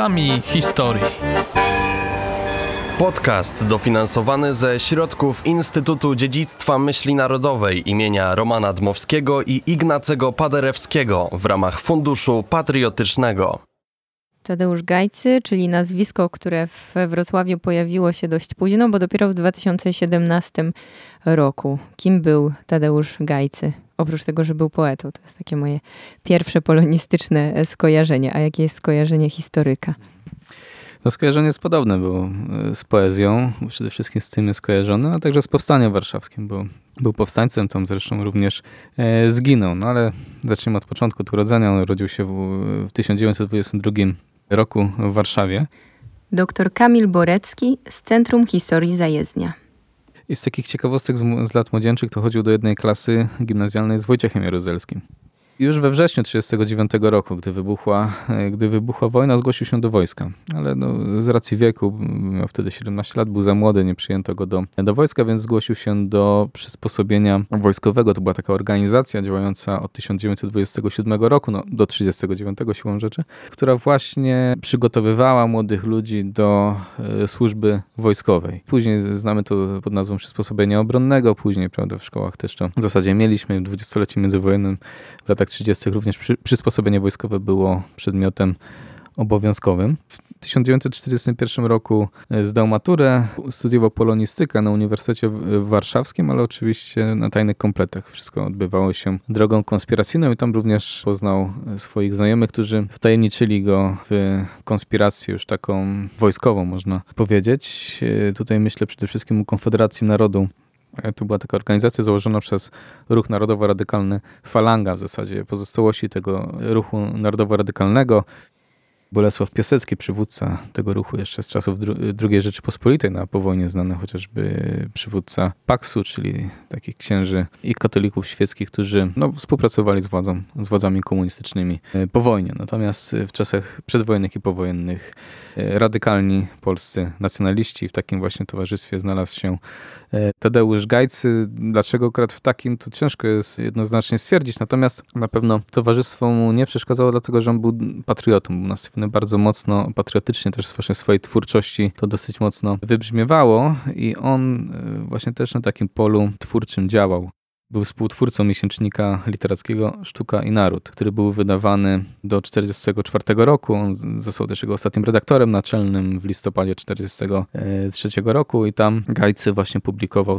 Głosami historii. Podcast dofinansowany ze środków Instytutu Dziedzictwa Myśli Narodowej imienia Romana Dmowskiego i Ignacego Paderewskiego w ramach Funduszu Patriotycznego. Tadeusz Gajcy, czyli nazwisko, które we Wrocławiu pojawiło się dość późno, bo dopiero w 2017 roku. Kim był Tadeusz Gajcy? Oprócz tego, że był poetą. To jest takie moje pierwsze polonistyczne skojarzenie. A jakie jest skojarzenie historyka? To skojarzenie jest podobne, bo z poezją, przede wszystkim z tym jest skojarzone, a także z powstaniem warszawskim, bo był powstańcem, tam zresztą również zginął. No ale zacznijmy od początku urodzenia. On urodził się w 1922 roku w Warszawie. Dr Kamil Borecki z Centrum Historii Zajezdnia. I z takich ciekawostek z lat młodzieńczych to chodził do jednej klasy gimnazjalnej z Wojciechem Jaruzelskim. Już we wrześniu 1939 roku, gdy wybuchła wojna, zgłosił się do wojska. Ale z racji wieku, miał wtedy 17 lat, był za młody, nie przyjęto go do wojska, więc zgłosił się do przysposobienia wojskowego. To była taka organizacja działająca od 1927 roku do 1939 siłą rzeczy, która właśnie przygotowywała młodych ludzi do służby wojskowej. Później znamy to pod nazwą przysposobienia obronnego, później, prawda, w szkołach też to w zasadzie mieliśmy. W dwudziestoleciu międzywojennym w latach 30. również przysposobienie wojskowe było przedmiotem obowiązkowym. W 1941 roku zdał maturę, studiował polonistykę na Uniwersytecie Warszawskim, ale oczywiście na tajnych kompletach. Wszystko odbywało się drogą konspiracyjną i tam również poznał swoich znajomych, którzy wtajemniczyli go w konspirację już taką wojskową, można powiedzieć. Tutaj myślę przede wszystkim o Konfederacji Narodu. To była taka organizacja założona przez Ruch Narodowo-Radykalny Falanga, w zasadzie pozostałości tego ruchu narodowo-radykalnego. Bolesław Piasecki, przywódca tego ruchu jeszcze z czasów II Rzeczypospolitej, po wojnie znany chociażby przywódca Paksu, czyli takich księży i katolików świeckich, którzy współpracowali z władzami komunistycznymi po wojnie. Natomiast w czasach przedwojennych i powojennych radykalni polscy nacjonaliści, w takim właśnie towarzystwie znalazł się Tadeusz Gajcy. Dlaczego akurat w takim, to ciężko jest jednoznacznie stwierdzić, natomiast na pewno towarzystwo mu nie przeszkadzało, dlatego że on był patriotą, był nastawiony bardzo mocno patriotycznie, też w swojej twórczości to dosyć mocno wybrzmiewało i on właśnie też na takim polu twórczym działał. Był współtwórcą miesięcznika literackiego Sztuka i Naród, który był wydawany do 1944 roku. On został też jego ostatnim redaktorem naczelnym w listopadzie 1943 roku i tam Gajcy właśnie publikował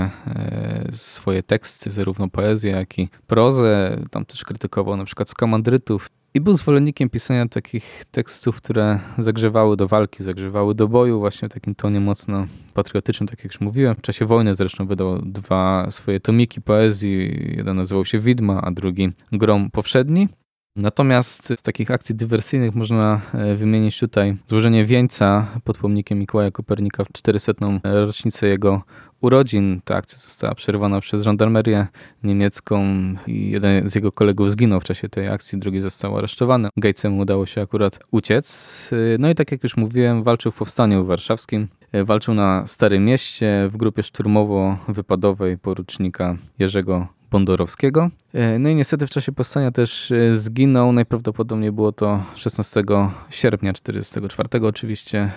swoje teksty, zarówno poezję, jak i prozę. Tam też krytykował na przykład skamandrytów. I był zwolennikiem pisania takich tekstów, które zagrzewały do walki, zagrzewały do boju, właśnie w takim tonie mocno patriotycznym, tak jak już mówiłem. W czasie wojny zresztą wydał 2 swoje tomiki poezji. Jeden nazywał się Widma, a drugi Grom Powszedni. Natomiast z takich akcji dywersyjnych można wymienić tutaj złożenie wieńca pod pomnikiem Mikołaja Kopernika w 400. rocznicę jego urodzin. Ta akcja została przerwana przez żandarmerię niemiecką i jeden z jego kolegów zginął w czasie tej akcji, drugi został aresztowany. Gajcemu udało się akurat uciec. No i tak jak już mówiłem, walczył w powstaniu warszawskim. Walczył na Starym Mieście w grupie szturmowo-wypadowej porucznika Jerzego Bondorowskiego. No i niestety w czasie powstania też zginął. Najprawdopodobniej było to 16 sierpnia 1944 oczywiście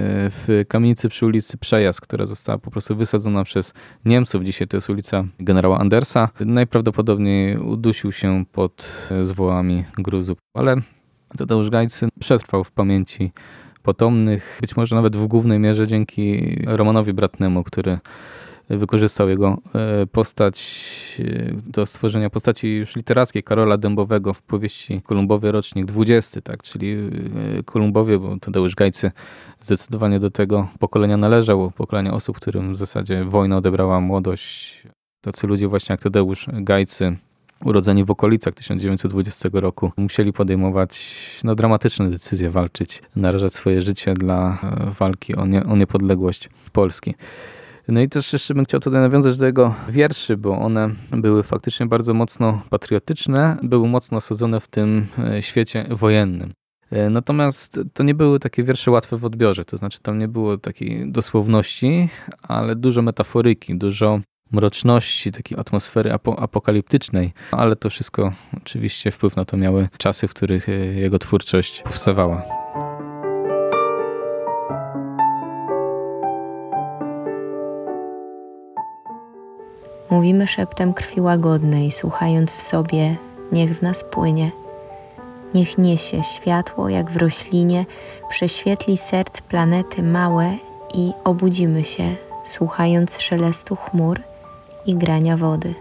w kamienicy przy ulicy Przejazd, która została po prostu wysadzona przez Niemców. Dzisiaj to jest ulica generała Andersa. Najprawdopodobniej udusił się pod zwłokami gruzów. Ale Tadeusz Gajcy przetrwał w pamięci potomnych, być może nawet w głównej mierze dzięki Romanowi Bratnemu, który wykorzystał jego postać do stworzenia postaci już literackiej Karola Dębowego w powieści Kolumbowie rocznik 20, tak, czyli Kolumbowie, bo Tadeusz Gajcy zdecydowanie do tego pokolenia należał, pokolenia osób, którym w zasadzie wojna odebrała młodość. Tacy ludzie właśnie jak Tadeusz Gajcy, urodzeni w okolicach 1920 roku, musieli podejmować dramatyczne decyzje, walczyć, narażać swoje życie dla walki o niepodległość Polski. No i też jeszcze bym chciał tutaj nawiązać do jego wierszy, bo one były faktycznie bardzo mocno patriotyczne, były mocno osadzone w tym świecie wojennym. Natomiast to nie były takie wiersze łatwe w odbiorze, to znaczy tam nie było takiej dosłowności, ale dużo metaforyki, dużo mroczności, takiej atmosfery apokaliptycznej, ale to wszystko oczywiście wpływ na to miały czasy, w których jego twórczość powstawała. Mówimy szeptem krwi łagodnej, słuchając w sobie, niech w nas płynie. Niech niesie światło jak w roślinie, prześwietli serc planety małe i obudzimy się, słuchając szelestu chmur i grania wody.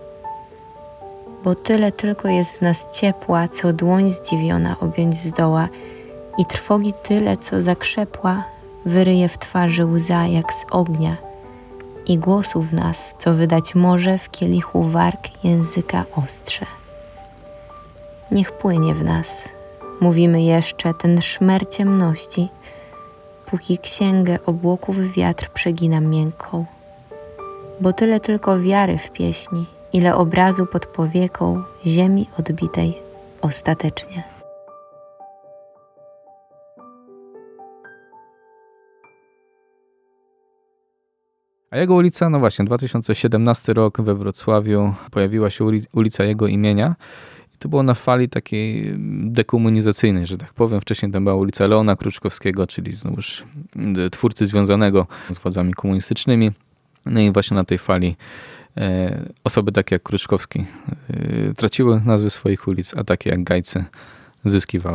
Bo tyle tylko jest w nas ciepła, co dłoń zdziwiona objąć zdoła, i trwogi tyle, co zakrzepła, wyryje w twarzy łza jak z ognia, i głosu w nas, co wydać może w kielichu warg języka ostrze. Niech płynie w nas, mówimy jeszcze, ten szmer ciemności, póki księgę obłoków wiatr przegina miękką. Bo tyle tylko wiary w pieśni, ile obrazu pod powieką ziemi odbitej ostatecznie. A jego ulica, no właśnie, 2017 rok we Wrocławiu pojawiła się ulica jego imienia. I to było na fali takiej dekomunizacyjnej, że tak powiem. Wcześniej tam była ulica Leona Kruczkowskiego, czyli znowuż twórcy związanego z władzami komunistycznymi. No i właśnie na tej fali osoby takie jak Kruczkowski traciły nazwy swoich ulic, a takie jak Gajcy zyskiwały.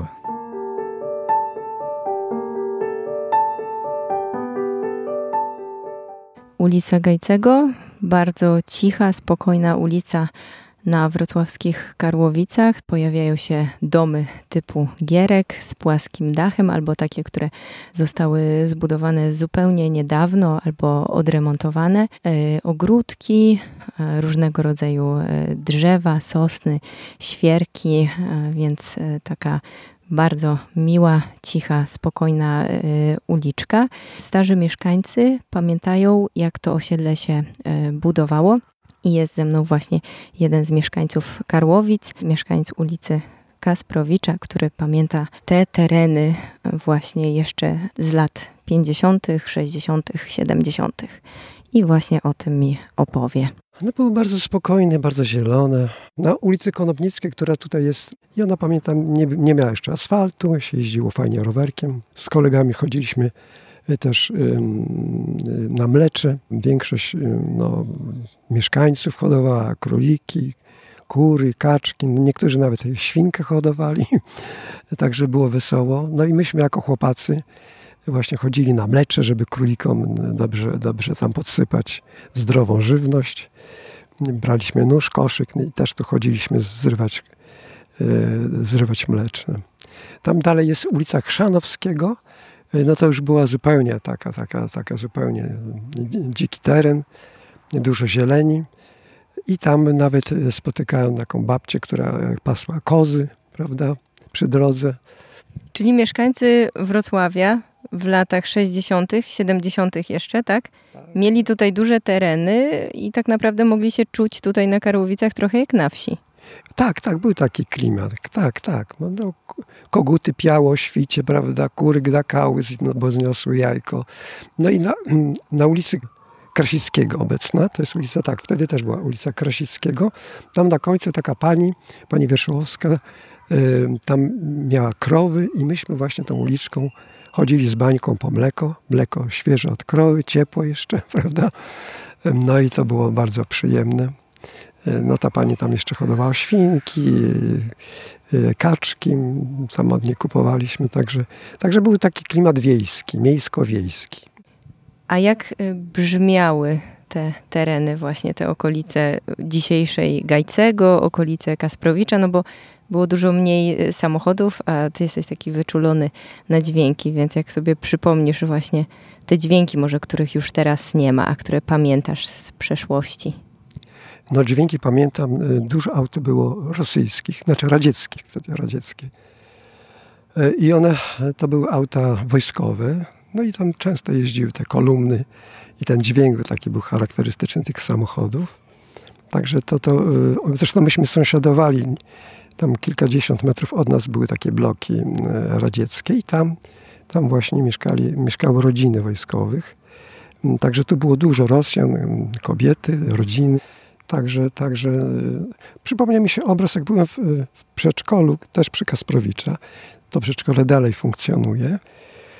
Ulica Gajcego, bardzo cicha, spokojna ulica na wrocławskich Karłowicach. Pojawiają się domy typu gierek z płaskim dachem albo takie, które zostały zbudowane zupełnie niedawno albo odremontowane. Ogródki, różnego rodzaju drzewa, sosny, świerki, więc taka bardzo miła, cicha, spokojna uliczka. Starzy mieszkańcy pamiętają, jak to osiedle się budowało. I jest ze mną właśnie jeden z mieszkańców Karłowic, mieszkańc ulicy Kasprowicza, który pamięta te tereny właśnie jeszcze z lat 50., 60., 70. I właśnie o tym mi opowie. One były bardzo spokojne, bardzo zielone. Na ulicy Konopnickiej, która tutaj jest, ja pamiętam, nie miała jeszcze asfaltu, się jeździło fajnie rowerkiem. Z kolegami chodziliśmy też na mlecze. Większość mieszkańców hodowała króliki, kury, kaczki. Niektórzy nawet świnkę hodowali, także było wesoło. No i myśmy jako chłopacy właśnie chodzili na mlecze, żeby królikom dobrze tam podsypać zdrową żywność. Braliśmy nóż, koszyk i też tu chodziliśmy zrywać mleczne. Tam dalej jest ulica Chrzanowskiego. No to już była zupełnie taka zupełnie dziki teren, dużo zieleni. I tam nawet spotykałem taką babcię, która pasła kozy, prawda, przy drodze. Czyli mieszkańcy Wrocławia w latach 60., 70. jeszcze, tak? Mieli tutaj duże tereny i tak naprawdę mogli się czuć tutaj na Karłowicach trochę jak na wsi. Tak, był taki klimat. Tak. No, koguty piało, świcie, prawda, kury gdakały, bo zniosły jajko. No i na ulicy Krasickiego obecna, to jest ulica, tak, wtedy też była ulica Krasickiego. Tam na końcu taka pani Wierzchowska, tam miała krowy i myśmy właśnie tą uliczką chodzili z bańką po mleko świeże od krowy, ciepło jeszcze, prawda? No i to było bardzo przyjemne. No ta pani tam jeszcze hodowała świnki, kaczki, tam od niej kupowaliśmy, także był taki klimat wiejski, miejsko-wiejski. A jak brzmiały te tereny, właśnie te okolice dzisiejszej Gajcego, okolice Kasprowicza, no bo było dużo mniej samochodów, a ty jesteś taki wyczulony na dźwięki, więc jak sobie przypomnisz właśnie te dźwięki może, których już teraz nie ma, a które pamiętasz z przeszłości. No dźwięki pamiętam, dużo aut było rosyjskich, znaczy radzieckich, wtedy radzieckich. I one to były auta wojskowe, no i tam często jeździły te kolumny i ten dźwięk taki był charakterystyczny tych samochodów. Także zresztą myśmy sąsiadowali, tam kilkadziesiąt metrów od nas były takie bloki radzieckie i tam właśnie mieszkały rodziny wojskowych. Także tu było dużo Rosjan, kobiety, rodziny. Także przypomniał mi się obraz, jak byłem w przedszkolu, też przy Kasprowicza. To przedszkole dalej funkcjonuje.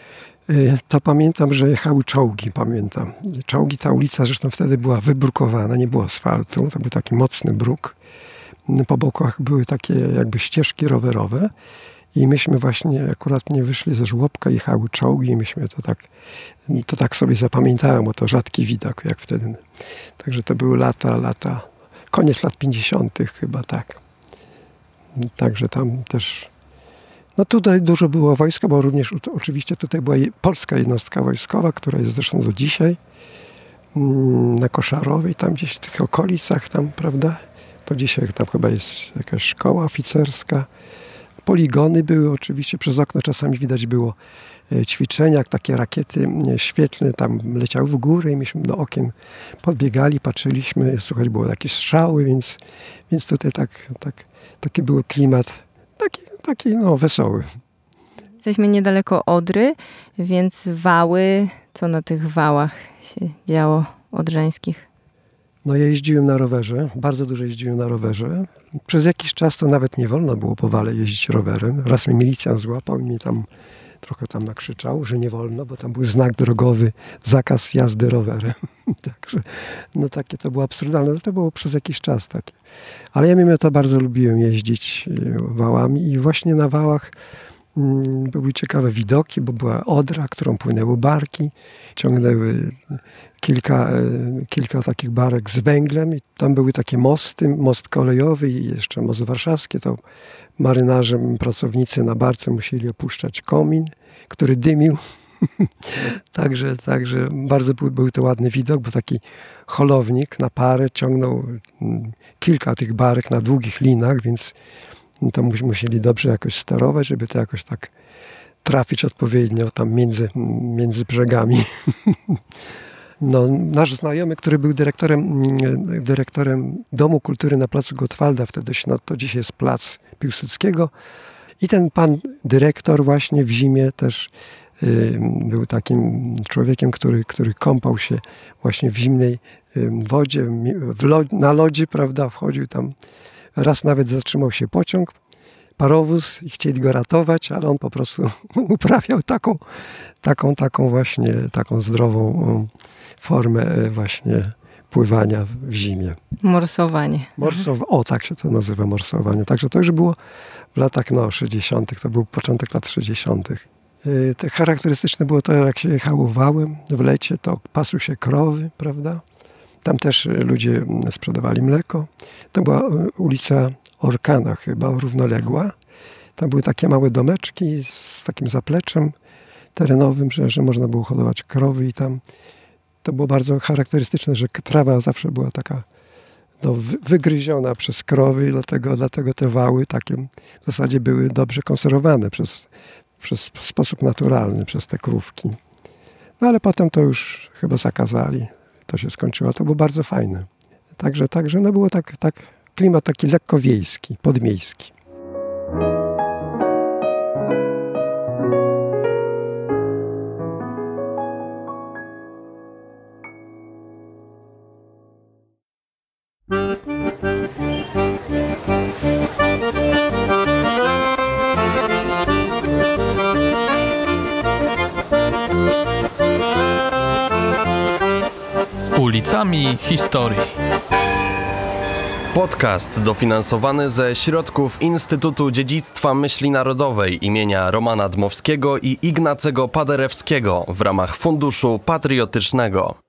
To pamiętam, że jechały czołgi, pamiętam. Czołgi, ta ulica zresztą wtedy była wybrukowana, nie było asfaltu, to był taki mocny bruk. Po bokach były takie jakby ścieżki rowerowe i myśmy właśnie akurat nie wyszli ze żłobka, jechały czołgi i myśmy to tak sobie zapamiętałem, bo to rzadki widok jak wtedy. Także to były lata, koniec lat 50. chyba, tak. Także tam też... No tutaj dużo było wojska, bo również oczywiście tutaj była polska jednostka wojskowa, która jest zresztą do dzisiaj na Koszarowej, tam gdzieś w tych okolicach tam, prawda? To dzisiaj tam chyba jest jakaś szkoła oficerska. Poligony były oczywiście, przez okno czasami widać było ćwiczenia, jak takie rakiety świetlne tam leciały w górę i myśmy do okien podbiegali, patrzyliśmy, słuchaj, było jakieś strzały, więc tutaj taki był klimat, taki wesoły. Jesteśmy niedaleko Odry, więc wały, co na tych wałach się działo odrzańskich? No ja jeździłem na rowerze, bardzo dużo jeździłem na rowerze. Przez jakiś czas to nawet nie wolno było po wale jeździć rowerem. Raz mnie milicjant złapał i mnie tam trochę nakrzyczał, że nie wolno, bo tam był znak drogowy, zakaz jazdy rowerem. Także no takie to było absurdalne. No to było przez jakiś czas takie. Ale ja mimo to bardzo lubiłem jeździć wałami i właśnie na wałach były ciekawe widoki, bo była Odra, którą płynęły barki, ciągnęły kilka takich barek z węglem i tam były takie mosty, most kolejowy i jeszcze most warszawski, to marynarze, pracownicy na barce musieli opuszczać komin, który dymił. Także bardzo był to ładny widok, bo taki holownik na parę ciągnął kilka tych barek na długich linach, więc to musieli dobrze jakoś sterować, żeby to jakoś tak trafić odpowiednio tam między brzegami. No, nasz znajomy, który był dyrektorem Domu Kultury na Placu Gottwalda, wtedy to dzisiaj jest Plac Piłsudskiego, i ten pan dyrektor właśnie w zimie też był takim człowiekiem, który kąpał się właśnie w zimnej wodzie, na lodzie, prawda, wchodził tam. Raz nawet zatrzymał się pociąg, parowóz i chcieli go ratować, ale on po prostu uprawiał taką zdrową formę właśnie pływania w zimie. Morsowanie. Tak się to nazywa, morsowanie. Także to już było w latach 60., to był początek lat 60. Te charakterystyczne było to, jak się jechało wałem w lecie, to pasły się krowy, prawda? Tam też ludzie sprzedawali mleko. To była ulica Orkana chyba, równoległa. Tam były takie małe domeczki z takim zapleczem terenowym, że można było hodować krowy i tam to było bardzo charakterystyczne, że trawa zawsze była taka wygryziona przez krowy i dlatego te wały takie w zasadzie były dobrze konserwowane przez sposób naturalny, przez te krówki. No ale potem to już chyba zakazali. To się skończyło, ale to było bardzo fajne. Także no było tak klimat taki lekko wiejski, podmiejski. Ulicami historii. Podcast dofinansowany ze środków Instytutu Dziedzictwa Myśli Narodowej imienia Romana Dmowskiego i Ignacego Paderewskiego w ramach Funduszu Patriotycznego.